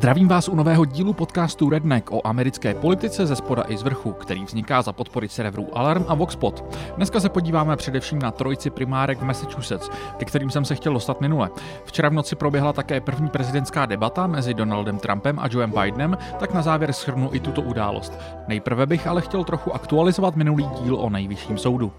Zdravím vás u nového dílu podcastu Redneck o americké politice ze spoda i z vrchu, který vzniká za podpory serverů Alarm a Voxpod. Dneska se podíváme především na trojici primárek v Massachusetts, ke kterým jsem se chtěl dostat minule. Včera v noci proběhla také první prezidentská debata mezi Donaldem Trumpem a Joem Bidenem, tak na závěr shrnu i tuto událost. Nejprve bych ale chtěl trochu aktualizovat minulý díl o Nejvyšším soudu.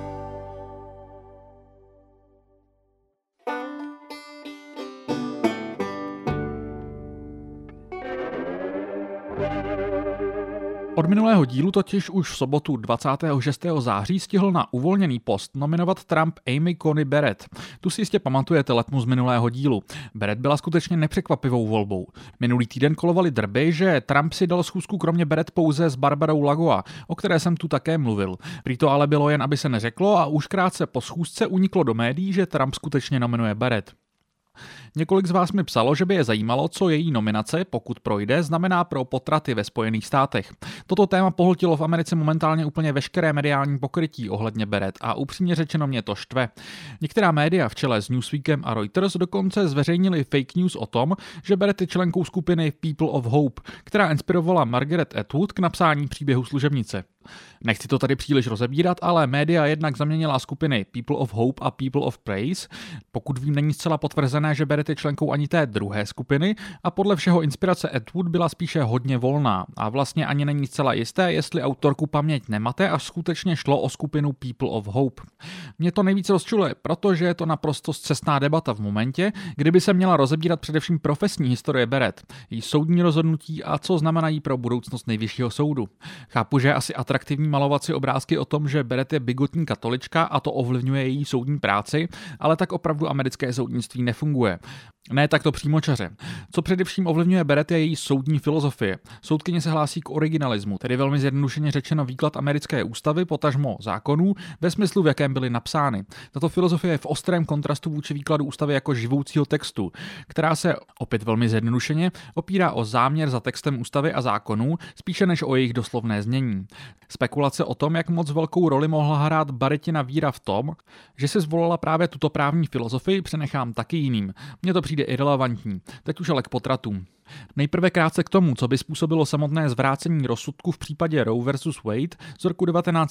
Od minulého dílu totiž už v sobotu 26. září stihl na uvolněný post nominovat Trump Amy Coney Barrett. Tu si jistě pamatujete letmu z minulého dílu. Barrett byla skutečně nepřekvapivou volbou. Minulý týden kolovaly drby, že Trump si dal schůzku kromě Barrett pouze s Barbarou Lagoa, o které jsem tu také mluvil. Prý to ale bylo jen, aby se neřeklo, a už krátce po schůzce uniklo do médií, že Trump skutečně nominuje Barrett. Několik z vás mi psalo, že by je zajímalo, co její nominace, pokud projde, znamená pro potraty ve Spojených státech. Toto téma pohltilo v Americe momentálně úplně veškeré mediální pokrytí ohledně Barrett a upřímně řečeno mě to štve. Některá média v čele s Newsweekem a Reuters dokonce zveřejnili fake news o tom, že Barrett je členkou skupiny People of Hope, která inspirovala Margaret Atwood k napsání příběhu služebnice. Nechci to tady příliš rozebírat, ale média jednak zaměnila skupiny People of Hope a People of Praise. Pokud vím, není zcela potvrzené, že Barrett je členkou ani té druhé skupiny a podle všeho inspirace Atwood byla spíše hodně volná a vlastně ani není zcela jisté, jestli autorku paměť nemate a skutečně šlo o skupinu People of Hope. Mě to nejvíce rozčuluje, protože je to naprosto scestná debata v momentě, kdyby se měla rozebírat především profesní historie Barrett, její soudní rozhodnutí a co znamenají pro budoucnost Nejvyššího soudu. Chápu, že je asi atraktivní malovat si obrázky o tom, že Barrett je bigotní katolička a to ovlivňuje její soudní práci, ale tak opravdu americké soudnictví nefunguje. Ne takto přímočaře. Co především ovlivňuje Barrett je její soudní filozofie. Soudkyně se hlásí k originalismu, tedy velmi zjednodušeně řečeno výklad americké ústavy, potažmo zákonů, ve smyslu, v jakém byly napsány. Tato filozofie je v ostrém kontrastu vůči výkladu ústavy jako živoucího textu, která se, opět velmi zjednodušeně, opírá o záměr za textem ústavy a zákonů, spíše než o jejich doslovné znění. Spekulace o tom, jak moc velkou roli mohla hrát Barrettina víra v tom, že si zvolila právě tuto právní filozofii, přenechám taky jiným. Mně to přijde irelevantní. Teď už ale k potratům. Nejprve krátce k tomu, co by způsobilo samotné zvrácení rozsudku v případě Roe vs. Wade z roku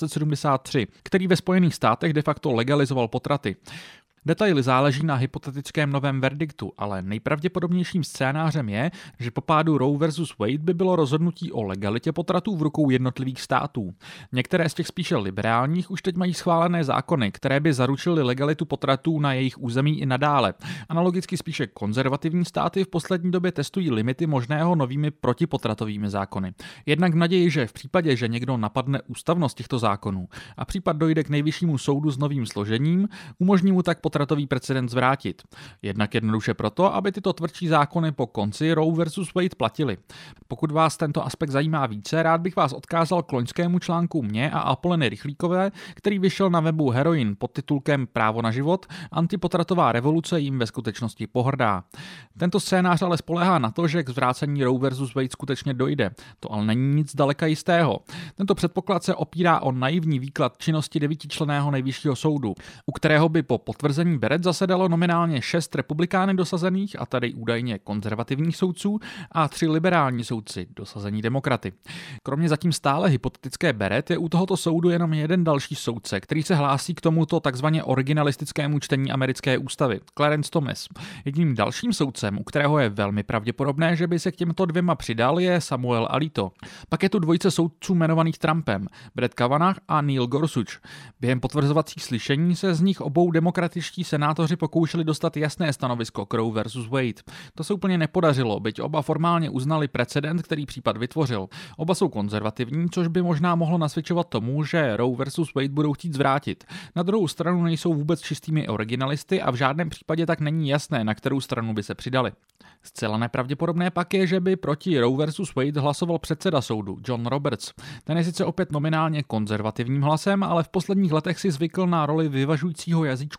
1973, který ve Spojených státech de facto legalizoval potraty. Detaily záleží na hypotetickém novém verdiktu, ale nejpravděpodobnějším scénářem je, že po pádu Roe vs. Wade by bylo rozhodnutí o legalitě potratů v rukou jednotlivých států. Některé z těch spíše liberálních už teď mají schválené zákony, které by zaručily legalitu potratů na jejich území i nadále. Analogicky spíše konzervativní státy v poslední době testují limity možného novými protipotratovými zákony. Jednak v naději, že v případě, že někdo napadne ústavnost těchto zákonů a případ dojde k Nejvyššímu soudu s novým složením, umožní mu tak potratový precedent zvrátit. Jednak jednoduše proto, aby tyto tvrdší zákony po konci Roe vs. Wade platily. Pokud vás tento aspekt zajímá více, rád bych vás odkázal k loňskému článku mě a Apoleny Rychlíkové, který vyšel na webu Heroin pod titulkem Právo na život, antipotratová revoluce jim ve skutečnosti pohrdá. Tento scénář ale spoléhá na to, že k zvrácení Roe vs. Wade skutečně dojde. To ale není nic daleka jistého. Tento předpoklad se opírá o naivní výklad činnosti 9členného Nejvyššího soudu, u kterého by po potvrzení Barrett zasedalo nominálně 6 republikány dosazených, a tady údajně konzervativních soudců, a 3 liberální soudci, dosazení demokraty. Kromě zatím stále hypotetické Barrett je u tohoto soudu jenom jeden další soudce, který se hlásí k tomuto takzvaně originalistickému čtení americké ústavy, Clarence Thomas. Jedním dalším soudcem, u kterého je velmi pravděpodobné, že by se k těmto dvěma přidal, je Samuel Alito. Pak je tu dvojice soudců jmenovaných Trumpem, Brett Kavanaugh a Neil Gorsuch. Během potvrzovacích slyšení se z nich obou demokratičtí senátoři pokoušeli dostat jasné stanovisko k Roe vs. Wade. To se úplně nepodařilo, byť oba formálně uznali precedent, který případ vytvořil. Oba jsou konzervativní, což by možná mohlo nasvědčovat tomu, že Roe vs. Wade budou chtít zvrátit. Na druhou stranu nejsou vůbec čistými originalisty a v žádném případě tak není jasné, na kterou stranu by se přidali. Zcela nepravděpodobné pak je, že by proti Roe vs. Wade hlasoval předseda soudu, John Roberts. Ten je sice opět nominálně konzervativním hlasem, ale v posledních letech si zvykl na roli vyvažujícího jazyčku na vahách.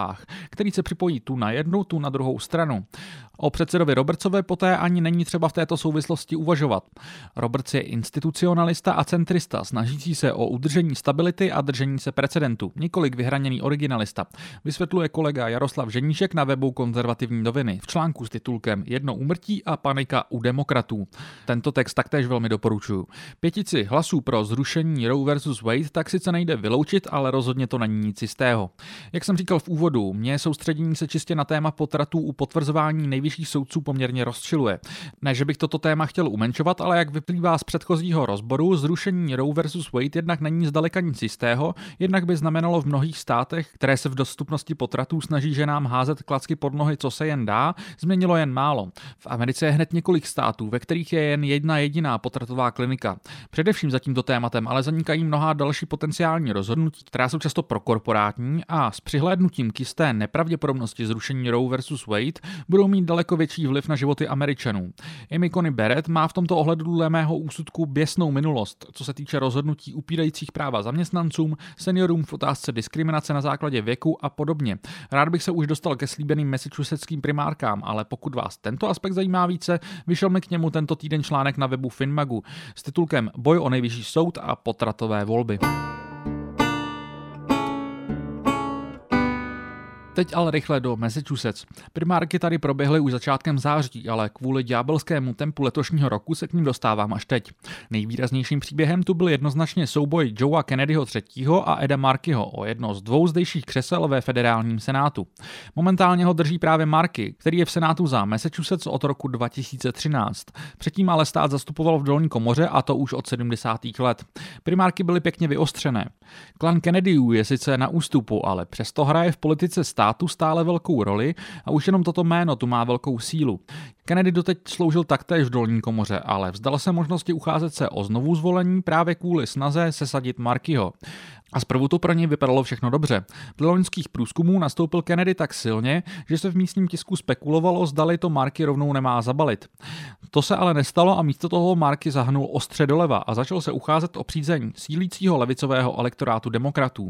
volbách, který se připojí tu na jednu, tu na druhou stranu. O předsedovi Robertsovi poté ani není třeba v této souvislosti uvažovat. Roberts je institucionalista a centrista, snažící se o udržení stability a držení se precedentu, několik vyhraněný originalista, vysvětluje kolega Jaroslav Ženíšek na webu Konzervativní noviny v článku s titulkem Jedno úmrtí a panika u demokratů. Tento text taktéž velmi doporučuji. 5 hlasů pro zrušení Roe versus Wade tak sice nejde vyloučit, ale rozhodně to není nic jistého. Jak jsem říkal v úvodu, mě soustředění se čistě na téma potratů u potvrzování nejvyšších soudců poměrně rozčiluje. Ne, že bych toto téma chtěl umenšovat, ale jak vyplývá z předchozího rozboru, zrušení Roe versus Wade jednak není zdaleka nic jistého, jednak by znamenalo v mnohých státech, které se v dostupnosti potratů snaží ženám házet klacky pod nohy, co se jen dá, změnilo jen málo. V Americe je hned několik států, ve kterých je jen jedna jediná potratová klinika. Především za tímto tématem ale zanikají mnohá další potenciální rozhodnutí, která jsou často prokorporátní a s přihlédnutím k jisté nepravděpodobnosti zrušení Roe versus Wade budou mít daleko větší vliv na životy Američanů. Amy Coney Barrett má v tomto ohledu dle mého úsudku běsnou minulost, co se týče rozhodnutí upírajících práva zaměstnancům, seniorům v otázce diskriminace na základě věku a podobně. Rád bych se už dostal ke slíbeným massachusettským primárkám, ale pokud vás tento aspekt zajímá více, vyšel mi k němu tento týden článek na webu Finmagu s titulkem Boj o nejvyšší soud a potratové volby. Teď ale rychle do Massachusetts. Primárky tady proběhly už začátkem září, ale kvůli ďábelskému tempu letošního roku se k ním dostávám až teď. Nejvýraznějším příběhem tu byl jednoznačně souboj Joea Kennedyho III. A Eda Markeyho o jedno z 2 zdejších křesel ve federálním senátu. Momentálně ho drží právě Markey, který je v senátu za Massachusetts od roku 2013. Předtím ale stát zastupoval v dolní komoře a to už od 70. let. Primárky byly pěkně vyostřené. Klan Kennedyů je sice na ústupu, ale přesto hraje v politice státu stále velkou roli a už jenom toto jméno tu má velkou sílu. Kennedy doteď sloužil taktéž v dolní komoře, ale vzdal se možnosti ucházet se o znovu zvolení právě kvůli snaze sesadit Markeyho. A zprvu to pro něj vypadalo všechno dobře. Dle loňských průzkumů nastoupil Kennedy tak silně, že se v místním tisku spekulovalo, zdali to Markey rovnou nemá zabalit. To se ale nestalo a místo toho Markey zahnul ostře doleva a začal se ucházet o přízeň sílícího levicového elektorátu demokratů.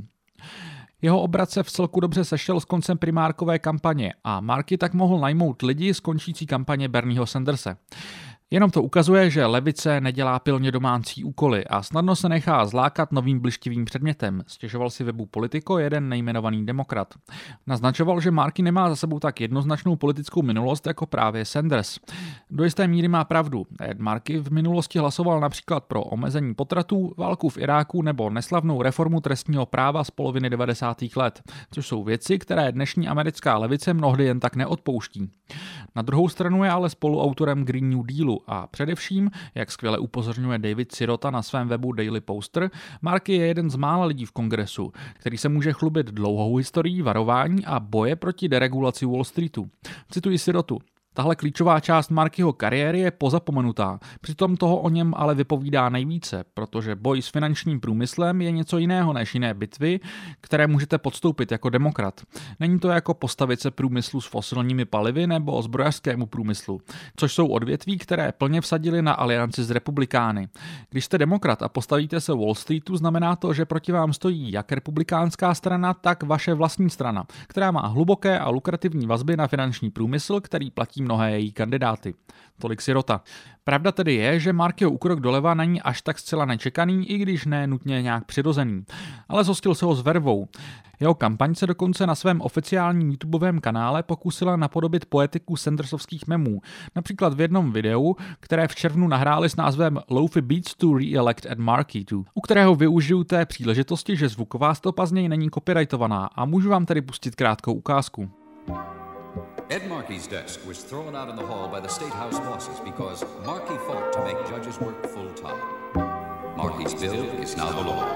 Jeho obrat se vcelku dobře sešel s koncem primárkové kampaně a Markey tak mohl najmout lidi z končící kampaně Bernieho Sanderse. Jenom to ukazuje, že levice nedělá pilně domácí úkoly a snadno se nechá zlákat novým blištivým předmětem, stěžoval si webu Politico jeden nejmenovaný demokrat. Naznačoval, že Markey nemá za sebou tak jednoznačnou politickou minulost jako právě Sanders. Do jisté míry má pravdu. Ed Markey v minulosti hlasoval například pro omezení potratů, válku v Iráku nebo neslavnou reformu trestního práva z poloviny 90. let, což jsou věci, které dnešní americká levice mnohdy jen tak neodpouští. Na druhou stranu je ale spoluautorem Green New Dealu a především, jak skvěle upozorňuje David Sirota na svém webu Daily Poster, Markey je jeden z mála lidí v kongresu, který se může chlubit dlouhou historií varování a boje proti deregulaci Wall Streetu. Cituji Sirotu. Tahle klíčová část Markeyho kariéry je pozapomenutá, přitom toho o něm ale vypovídá nejvíce, protože boj s finančním průmyslem je něco jiného než jiné bitvy, které můžete podstoupit jako demokrat. Není to jako postavit se průmyslu s fosilními palivy nebo zbrojařskému průmyslu, což jsou odvětví, které plně vsadili na alianci s republikány. Když jste demokrat a postavíte se Wall Streetu, znamená to, že proti vám stojí jak republikánská strana, tak vaše vlastní strana, která má hluboké a lukrativní vazby na finanční průmysl, který platí mnohé její kandidáty. Tolik Sirota. Pravda tedy je, že Markeyho úkrok doleva není až tak zcela nečekaný, i když ne nutně nějak přirozený. Ale zhostil se ho s vervou. Jeho kampaň se dokonce na svém oficiálním YouTubeovém kanále pokusila napodobit poetiku sandersovských memů. Například v jednom videu, které v červnu nahráli s názvem Lofi Beats to Re-elect Ed Markey to, u kterého využiju té příležitosti, že zvuková stopa z něj není copyrightovaná a můžu vám tedy pustit krátkou ukázku. Ed Markey's desk was thrown out in the hall by the State House bosses because Markey fought to make judges work full-time. Markey's bill is now the law.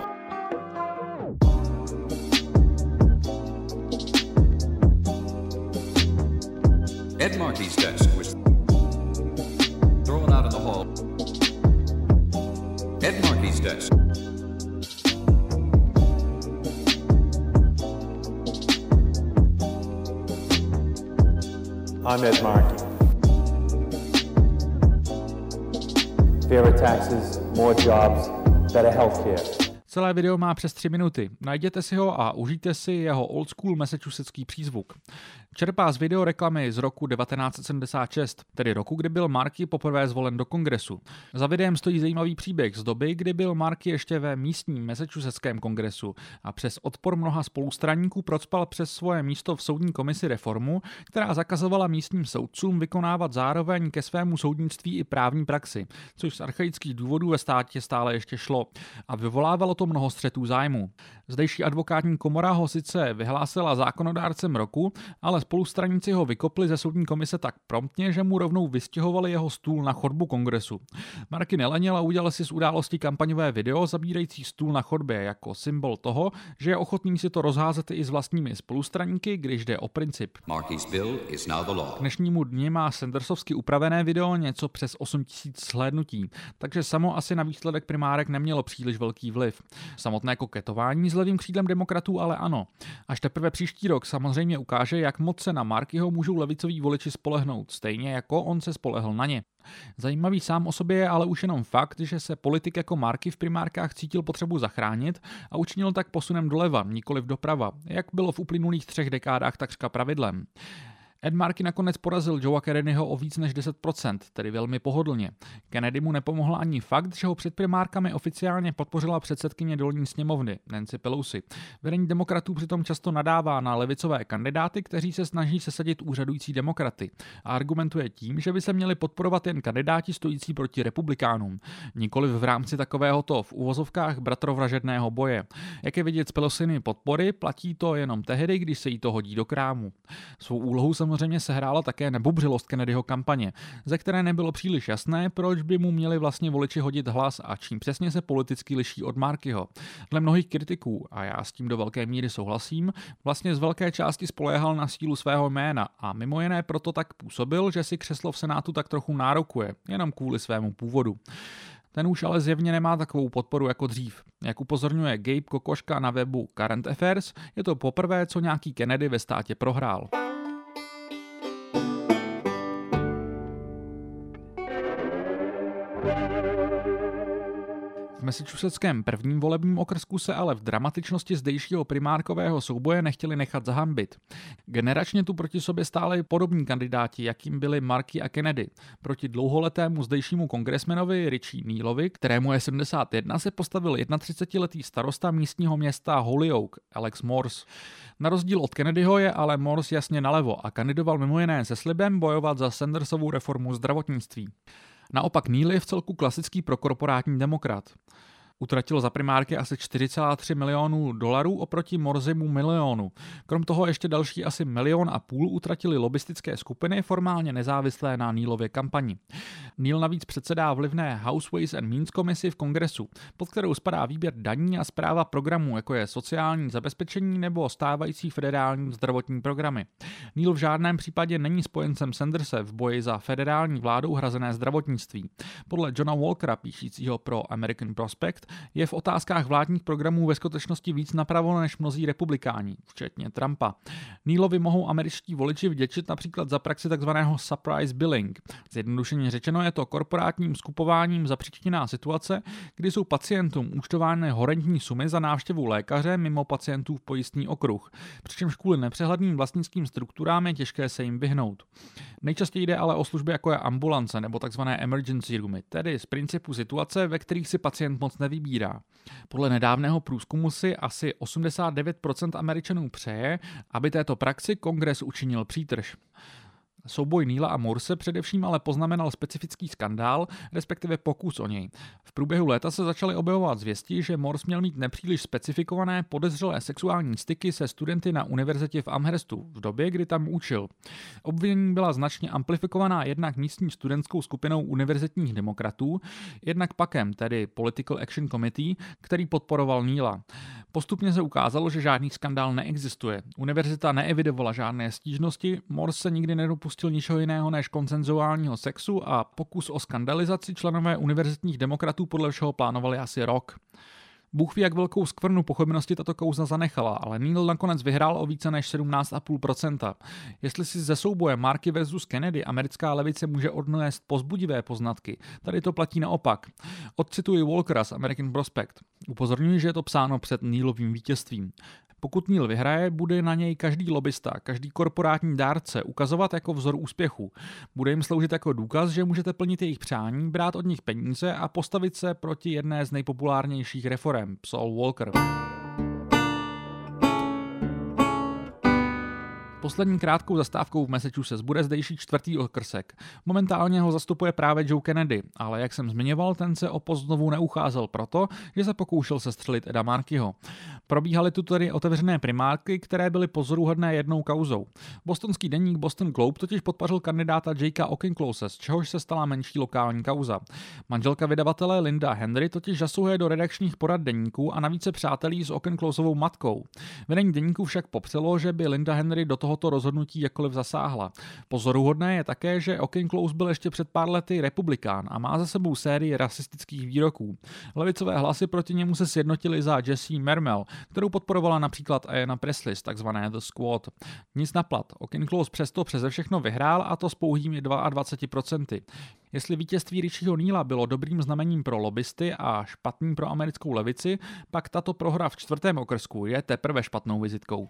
Ed Markey's desk was thrown out in the hall. Ed Markey's desk. I'm Ed Markey. Fairer taxes, more jobs, better health care. Celé video má přes 3 minuty. Najděte si ho a užijte si jeho old school massachusettský přízvuk. Čerpá z videoreklamy z roku 1976, tedy roku, kdy byl Markey poprvé zvolen do kongresu. Za videem stojí zajímavý příběh z doby, kdy byl Markey ještě ve místním massachusettském kongresu a přes odpor mnoha spolustraníků procpal přes svoje místo v soudní komisi reformu, která zakazovala místním soudcům vykonávat zároveň ke svému soudnictví i právní praxi, což z archaických důvodů ve státě stále ještě šlo a vyvolávalo to mnoho střetů zájmu. Zdejší advokátní komora ho sice vyhlásila zákonodárcem roku, ale spolustraníci ho vykopli ze soudní komise tak promptně, že mu rovnou vystěhovali jeho stůl na chodbu kongresu. Markey nelenil a udělal si z události kampaňové video zabírající stůl na chodbě jako symbol toho, že je ochotný si to rozházet i s vlastními spolustraníky, když jde o princip. K dnešnímu dni má Sandersovsky upravené video něco přes 8000 shlédnutí, takže samo asi na výsledek primárek nemělo příliš velký vliv. Samotné koketování s levým křídlem demokratů ale ano. Až teprve příští rok samozřejmě ukáže, jak moc se na Markeyho můžou levicoví voliči spolehnout, stejně jako on se spolehl na ně. Zajímavý sám o sobě je ale už jenom fakt, že se politik jako Markey v primárkách cítil potřebu zachránit a učinil tak posunem doleva, nikoliv doprava, jak bylo v uplynulých 3 dekádách takřka pravidlem. Ed Markey nakonec porazil Joea Kennedyho o víc než 10%, tedy velmi pohodlně. Kennedy mu nepomohl ani fakt, že ho před primárkami oficiálně podpořila předsedkyně dolní sněmovny Nancy Pelosi. Vedení demokratů přitom často nadává na levicové kandidáty, kteří se snaží sesadit úřadující demokraty a argumentuje tím, že by se měli podporovat jen kandidáti stojící proti republikánům, nikoliv v rámci takovéhoto v uvozovkách bratrovražedného boje. Jak je vidět z Pelosiny podpory, platí to jenom tehdy, když se jí to hodí do krámu. Svou úlohu samozřejmě sehrála také nebubřilost Kennedyho kampaně, ze které nebylo příliš jasné, proč by mu měli vlastně voliči hodit hlas a čím přesně se politicky liší od Markeyho. Dle mnohých kritiků, a já s tím do velké míry souhlasím, vlastně z velké části spoléhal na sílu svého jména a mimo jiné proto tak působil, že si křeslo v Senátu tak trochu nárokuje, jenom kvůli svému původu. Ten už ale zjevně nemá takovou podporu jako dřív. Jak upozorňuje Gabe Kokoška na webu Current Affairs, je to poprvé, co nějaký Kennedy ve státě prohrál. V massachusettském prvním volebním okrsku se ale v dramatičnosti zdejšího primárkového souboje nechtěli nechat zahambit. Generačně tu proti sobě stáli podobní kandidáti, jakým byli Markey a Kennedy. Proti dlouholetému zdejšímu kongresmenovi Richie Nealovi, kterému je 71, se postavil 31letý starosta místního města Holyoke, Alex Morse. Na rozdíl od Kennedyho je ale Morse jasně nalevo a kandidoval mimo jiné se slibem bojovat za Sandersovou reformu zdravotnictví. Naopak Neal je v celku klasický prokorporátní demokrat. Utratil za primárky asi 4,3 milionů dolarů oproti Morsemu milionu. Krom toho ještě další asi 1,5 milionu utratili lobistické skupiny formálně nezávislé na Nealově kampani. Neal navíc předsedá vlivné House Ways and Means komisi v kongresu, pod kterou spadá výběr daní a správa programů, jako je sociální zabezpečení nebo stávající federální zdravotní programy. Neal v žádném případě není spojencem Sanderse v boji za federální vládou hrazené zdravotnictví. Podle Johna Walkera, píšícího pro American Prospect, je v otázkách vládních programů ve skutečnosti víc napravo než mnozí republikáni, včetně Trumpa. Nealovi mohou američtí voliči vděčit například za praxi tzv. Surprise billing. Zjednodušeně řečeno je to korporátním skupováním zapříčiněná situace, kdy jsou pacientům účtovány horentní sumy za návštěvu lékaře mimo pacientův pojistný okruh, přičemž kvůli nepřehledným vlastnickým strukturám je těžké se jim vyhnout. Nejčastěji jde ale o služby jako je ambulance nebo tzv. Emergency roomy, tedy z principu situace, ve kterých si pacient moc nevybírá. Podle nedávného průzkumu si asi 89% Američanů přeje, aby této praxi kongres učinil přítrž. Souboj Neala a Morse především ale poznamenal specifický skandál, respektive pokus o něj. V průběhu léta se začaly objevovat zvěsti, že Morse měl mít nepříliš specifikované podezřelé sexuální styky se studenty na univerzitě v Amherstu v době, kdy tam učil. Obvinění byla značně amplifikovaná jednak místní studentskou skupinou univerzitních demokratů, jednak PACem, tedy Political Action Committee, který podporoval Neala. Postupně se ukázalo, že žádný skandál neexistuje. Univerzita neevidovala žádné stížnosti, Morse se nikdy nedopustil ničeho jiného než konsenzuálního sexu a pokus o skandalizaci členové univerzitních demokratů podle všeho plánovali asi rok. Bůh ví, jak velkou skvrnu pochybnosti tato kauza zanechala, ale Neal nakonec vyhrál o více než 17,5%. Jestli si ze souboje Markey versus Kennedy americká levice může odnést povzbudivé poznatky, tady to platí naopak. Odcituji Walkera z American Prospect. Upozorňuji, že je to psáno před Nealovým vítězstvím. Pokud Neal vyhraje, bude na něj každý lobista, každý korporátní dárce ukazovat jako vzor úspěchu. Bude jim sloužit jako důkaz, že můžete plnit jejich přání, brát od nich peníze a postavit se proti jedné z nejpopulárnějších reforem, psal Walker. Poslední krátkou zastávkou v Massachusetts bude zdejší 4. okrsek. Momentálně ho zastupuje právě Joe Kennedy, ale jak jsem zmiňoval, ten se o post znovu neucházel proto, že se pokoušel sestřelit Eda Markeyho. Probíhaly tu tedy otevřené primárky, které byly pozoruhodné jednou kauzou. Bostonský deník Boston Globe totiž podpařil kandidáta Jakea Auchinclose, z čehož se stala menší lokální kauza. Manželka vydavatele Linda Henry totiž zasahuje do redakčních porad deníku a navíc se přátelí s Auchinclosovou matkou. Vedení deníku však popřelo, že by Linda Henry do tohoto rozhodnutí jakkoliv zasáhla. Pozoruhodné je také, že Auchinclose byl ještě před pár lety republikán a má za sebou sérii rasistických výroků. Levicové hlasy proti němu se sjednotily za Jessie Mermel, kterou podporovala například Ayanna Pressley z takzvané The Squad. Nic na plat. Auchinclose přesto přeze všechno vyhrál, a to s pouhými 22%. Jestli vítězství Richieho Neala bylo dobrým znamením pro lobbysty a špatným pro americkou levici, pak tato prohra v 4. okrsku je teprve špatnou vizitkou.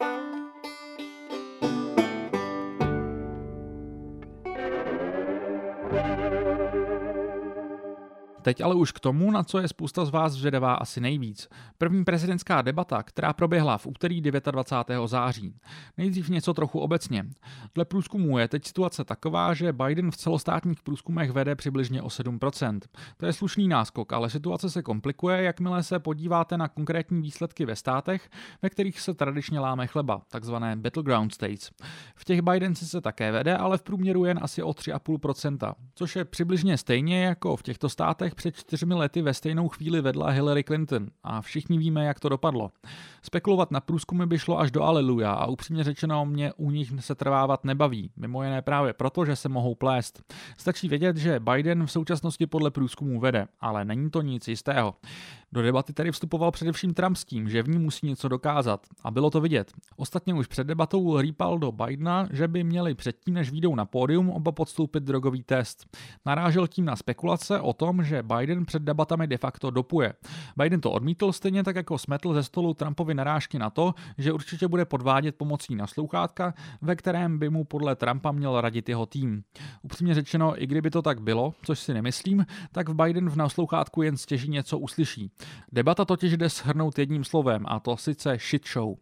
Teď ale už k tomu, na co je spousta z vás zvědavá asi nejvíc. První prezidentská debata, která proběhla v úterý 29. září. Nejdřív něco trochu obecně. Dle průzkumů je teď situace taková, že Biden v celostátních průzkumech vede přibližně o 7%. To je slušný náskok, ale situace se komplikuje, jakmile se podíváte na konkrétní výsledky ve státech, ve kterých se tradičně láme chleba, takzvané battleground states. V těch Biden se také vede, ale v průměru jen asi o 3,5%, což je přibližně stejně jako v těchto státech před 4 lety ve stejnou chvíli vedla Hillary Clinton a všichni víme, jak to dopadlo. Spekulovat na průzkumy by šlo až do aleluja a upřímně řečeno mě u nich se trvávat nebaví, mimo jiné právě proto, že se mohou plést. Stačí vědět, že Biden v současnosti podle průzkumů vede, ale není to nic jistého. Do debaty tedy vstupoval především Trump s tím, že v ní musí něco dokázat. A bylo to vidět. Ostatně už před debatou rýpal do Bidena, že by měli předtím, než vyjdou na pódium, oba podstoupit drogový test. Narážel tím na spekulace o tom, že Biden před debatami de facto dopuje. Biden to odmítl, stejně tak jako smetl ze stolu Trumpovi narážky na to, že určitě bude podvádět pomocí naslouchátka, ve kterém by mu podle Trumpa měl radit jeho tým. Upřímně řečeno, i kdyby to tak bylo, což si nemyslím, tak v Biden v naslouchátku jen stěží něco uslyší. Debata totiž jde shrnout jedním slovem, a to sice shit show.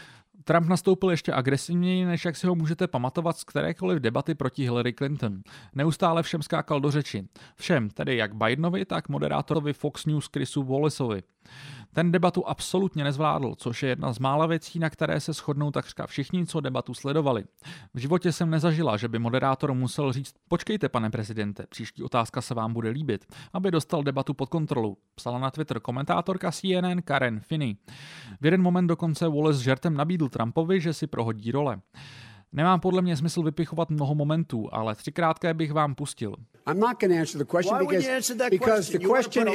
Trump nastoupil ještě agresivněji, než jak si ho můžete pamatovat z kterékoliv debaty proti Hillary Clinton. Neustále všem skákal do řeči. Všem, tedy jak Bidenovi, tak moderátorovi Fox News Chrisu Wallaceovi. Ten debatu absolutně nezvládl, což je jedna z mála věcí, na které se shodnou takřka všichni, co debatu sledovali. V životě jsem nezažila, že by moderátor musel říct: počkejte, pane prezidente, příští otázka se vám bude líbit, aby dostal debatu pod kontrolu, psala na Twitter komentátorka CNN Karen Finney. V jeden moment dokonce Wallace žertem nabídl Trumpovi, že si prohodí role. Nemá podle mě smysl vypichovat mnoho momentů, ale 3 krátké bych vám pustil. I'm not going to answer the question because the question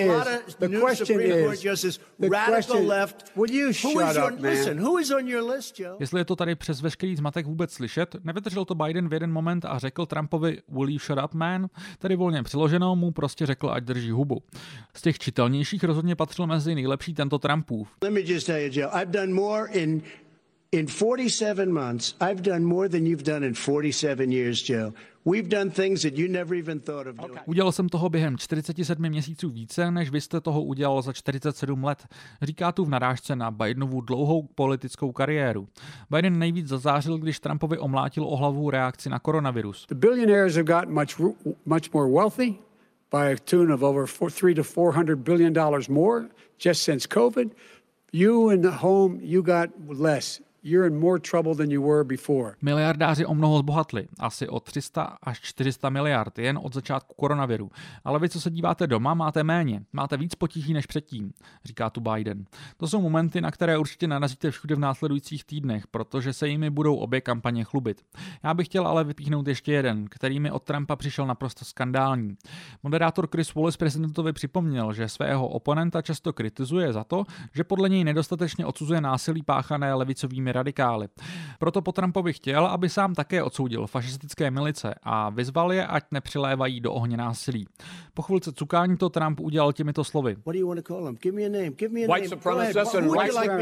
is radical left. Will you shut up, man? Listen, who is on your list, Joe? Jestli je to tady přes veškerý zmatek vůbec slyšet, nevydržel to Biden v jeden moment a řekl Trumpovi "Will you shut up, man?" Tedy volně přeloženo mu prostě řekl, ať drží hubu. Z těch čitelnějších rozhodně patřil mezi nejlepší tento Trumpův. Let me just tell you, Joe, I've done more in 47 months, I've done more than you've done in 47 years, Joe. We've done things that you never even thought of doing. Udělal jsem toho během 47 měsíců více, než vy jste toho udělal za 47 let, říká tu v narážce na Bidenovu dlouhou politickou kariéru. Biden nejvíc zazářil, když Trumpovi omlátil o hlavu reakci na koronavirus. The billionaires have gotten much more wealthy by a tune of over 300 to 400 billion dollars more just since COVID. You in the home, you got less. you're in more trouble than you were before. Miliardáři o mnoho zbohatli, asi o 300 až 400 miliard jen od začátku koronaviru. Ale vy, co se díváte doma, máte méně, máte víc potíží než předtím, říká tu Biden. To jsou momenty, na které určitě narazíte všude v následujících týdnech, protože se jimi budou obě kampaně chlubit. Já bych chtěl ale vypíchnout ještě jeden, který mi od Trumpa přišel naprosto skandální. Moderátor Chris Wallace prezidentovi připomněl, že svého oponenta často kritizuje za to, že podle něj nedostatečně odsuzuje násilí páchané levicovými radikály. Proto po Trumpovi chtěl, aby sám také odsoudil fašistické milice a vyzval je, ať nepřilévají do ohně násilí. Po chvilce cukání to Trump udělal těmito slovy. White supremacists and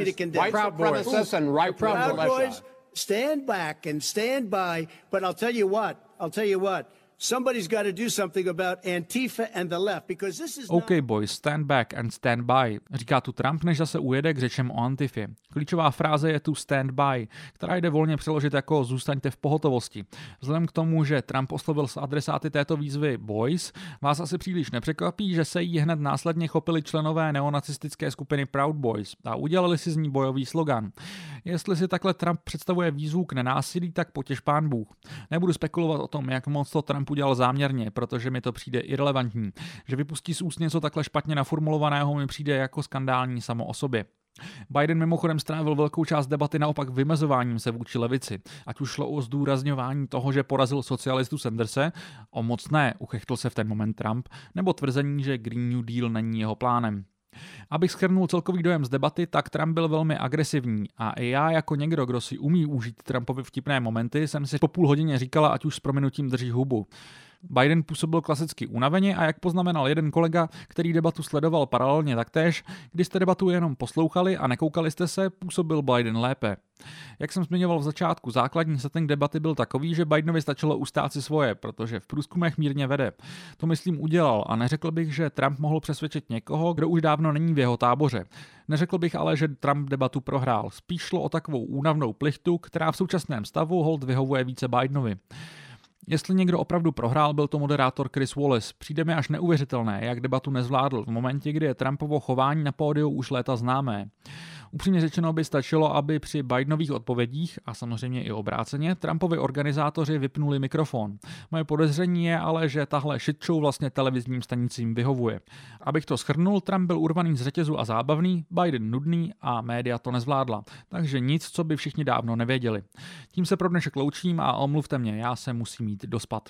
right Proud Boys. Stand back and stand by, but I'll tell you what. Somebody's got to do something about Antifa and the left, because this is OK boys, stand back and stand by, říká tu Trump, než zase ujede k řečem o Antifě. Klíčová fráze je tu stand by, která jde volně přeložit jako zůstaňte v pohotovosti. Vzhledem k tomu, že Trump oslovil s adresáty této výzvy boys, vás asi příliš nepřekvapí, že se jí hned následně chopili členové neonacistické skupiny Proud Boys a udělali si z ní bojový slogan. Jestli si takhle Trump představuje výzvu k nenásilí, tak potěš pán Bůh. Nebudu spekulovat o tom, jak moc to Trump udělal záměrně, protože mi to přijde irelevantní. Že vypustí z úst něco takhle špatně naformulovaného mi přijde jako skandální samo o sobě. Biden mimochodem strávil velkou část debaty naopak vymezováním se vůči levici. Ať už šlo o zdůrazňování toho, že porazil socialistu Sanderse, o moc ne, uchechtl se v ten moment Trump, nebo tvrzení, že Green New Deal není jeho plánem. Abych shrnul celkový dojem z debaty, tak Trump byl velmi agresivní a i já jako někdo, kdo si umí užít Trumpovi vtipné momenty, jsem si po půl hodině říkala, ať už s prominutím drží hubu. Biden působil klasicky unaveně a jak poznamenal jeden kolega, který debatu sledoval paralelně taktéž, když jste debatu jenom poslouchali a nekoukali jste se, působil Biden lépe. Jak jsem zmiňoval v začátku, základní setting debaty byl takový, že Bidenovi stačilo ustát si svoje, protože v průzkumech mírně vede. To myslím udělal a neřekl bych, že Trump mohl přesvědčit někoho, kdo už dávno není v jeho táboře. Neřekl bych ale, že Trump debatu prohrál. Spíš šlo o takovou únavnou plichtu, která v současném stavu hold vyhovuje více Bidenovi. Jestli někdo opravdu prohrál, byl to moderátor Chris Wallace. Přijde mi až neuvěřitelné, jak debatu nezvládl v momentě, kdy je Trumpovo chování na pódiu už léta známé. Upřímně řečeno by stačilo, aby při Bidenových odpovědích, a samozřejmě i obráceně, Trumpovi organizátoři vypnuli mikrofon. Moje podezření je ale, že tahle shitshow vlastně televizním stanicím vyhovuje. Abych to shrnul, Trump byl urvaný z řetězu a zábavný, Biden nudný a média to nezvládla. Takže nic, co by všichni dávno nevěděli. Tím se pro dnešek loučím a omluvte mě, já se musím jít dospat.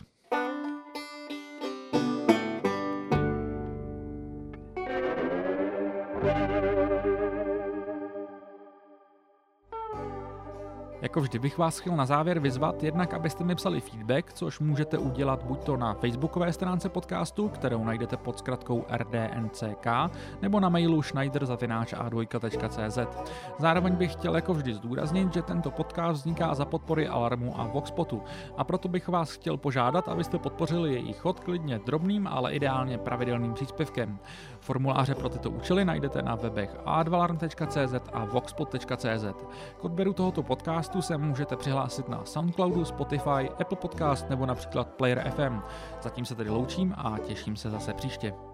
Jako vždy bych vás chtěl na závěr vyzvat jednak, abyste mi psali feedback, což můžete udělat buď to na facebookové stránce podcastu, kterou najdete pod zkratkou RDNCK, nebo na mailu schneider@a2.cz. Zároveň bych chtěl jako vždy zdůraznit, že tento podcast vzniká za podpory Alarmu a Voxpotu a proto bych vás chtěl požádat, abyste podpořili jejich chod klidně drobným, ale ideálně pravidelným příspěvkem. Formuláře pro tyto účely najdete na webech a2alarm.cz a voxpot.cz. K odběru tohoto podcastu se můžete přihlásit na Soundcloudu, Spotify, Apple Podcast nebo například Player FM. Zatím se tedy loučím a těším se zase příště.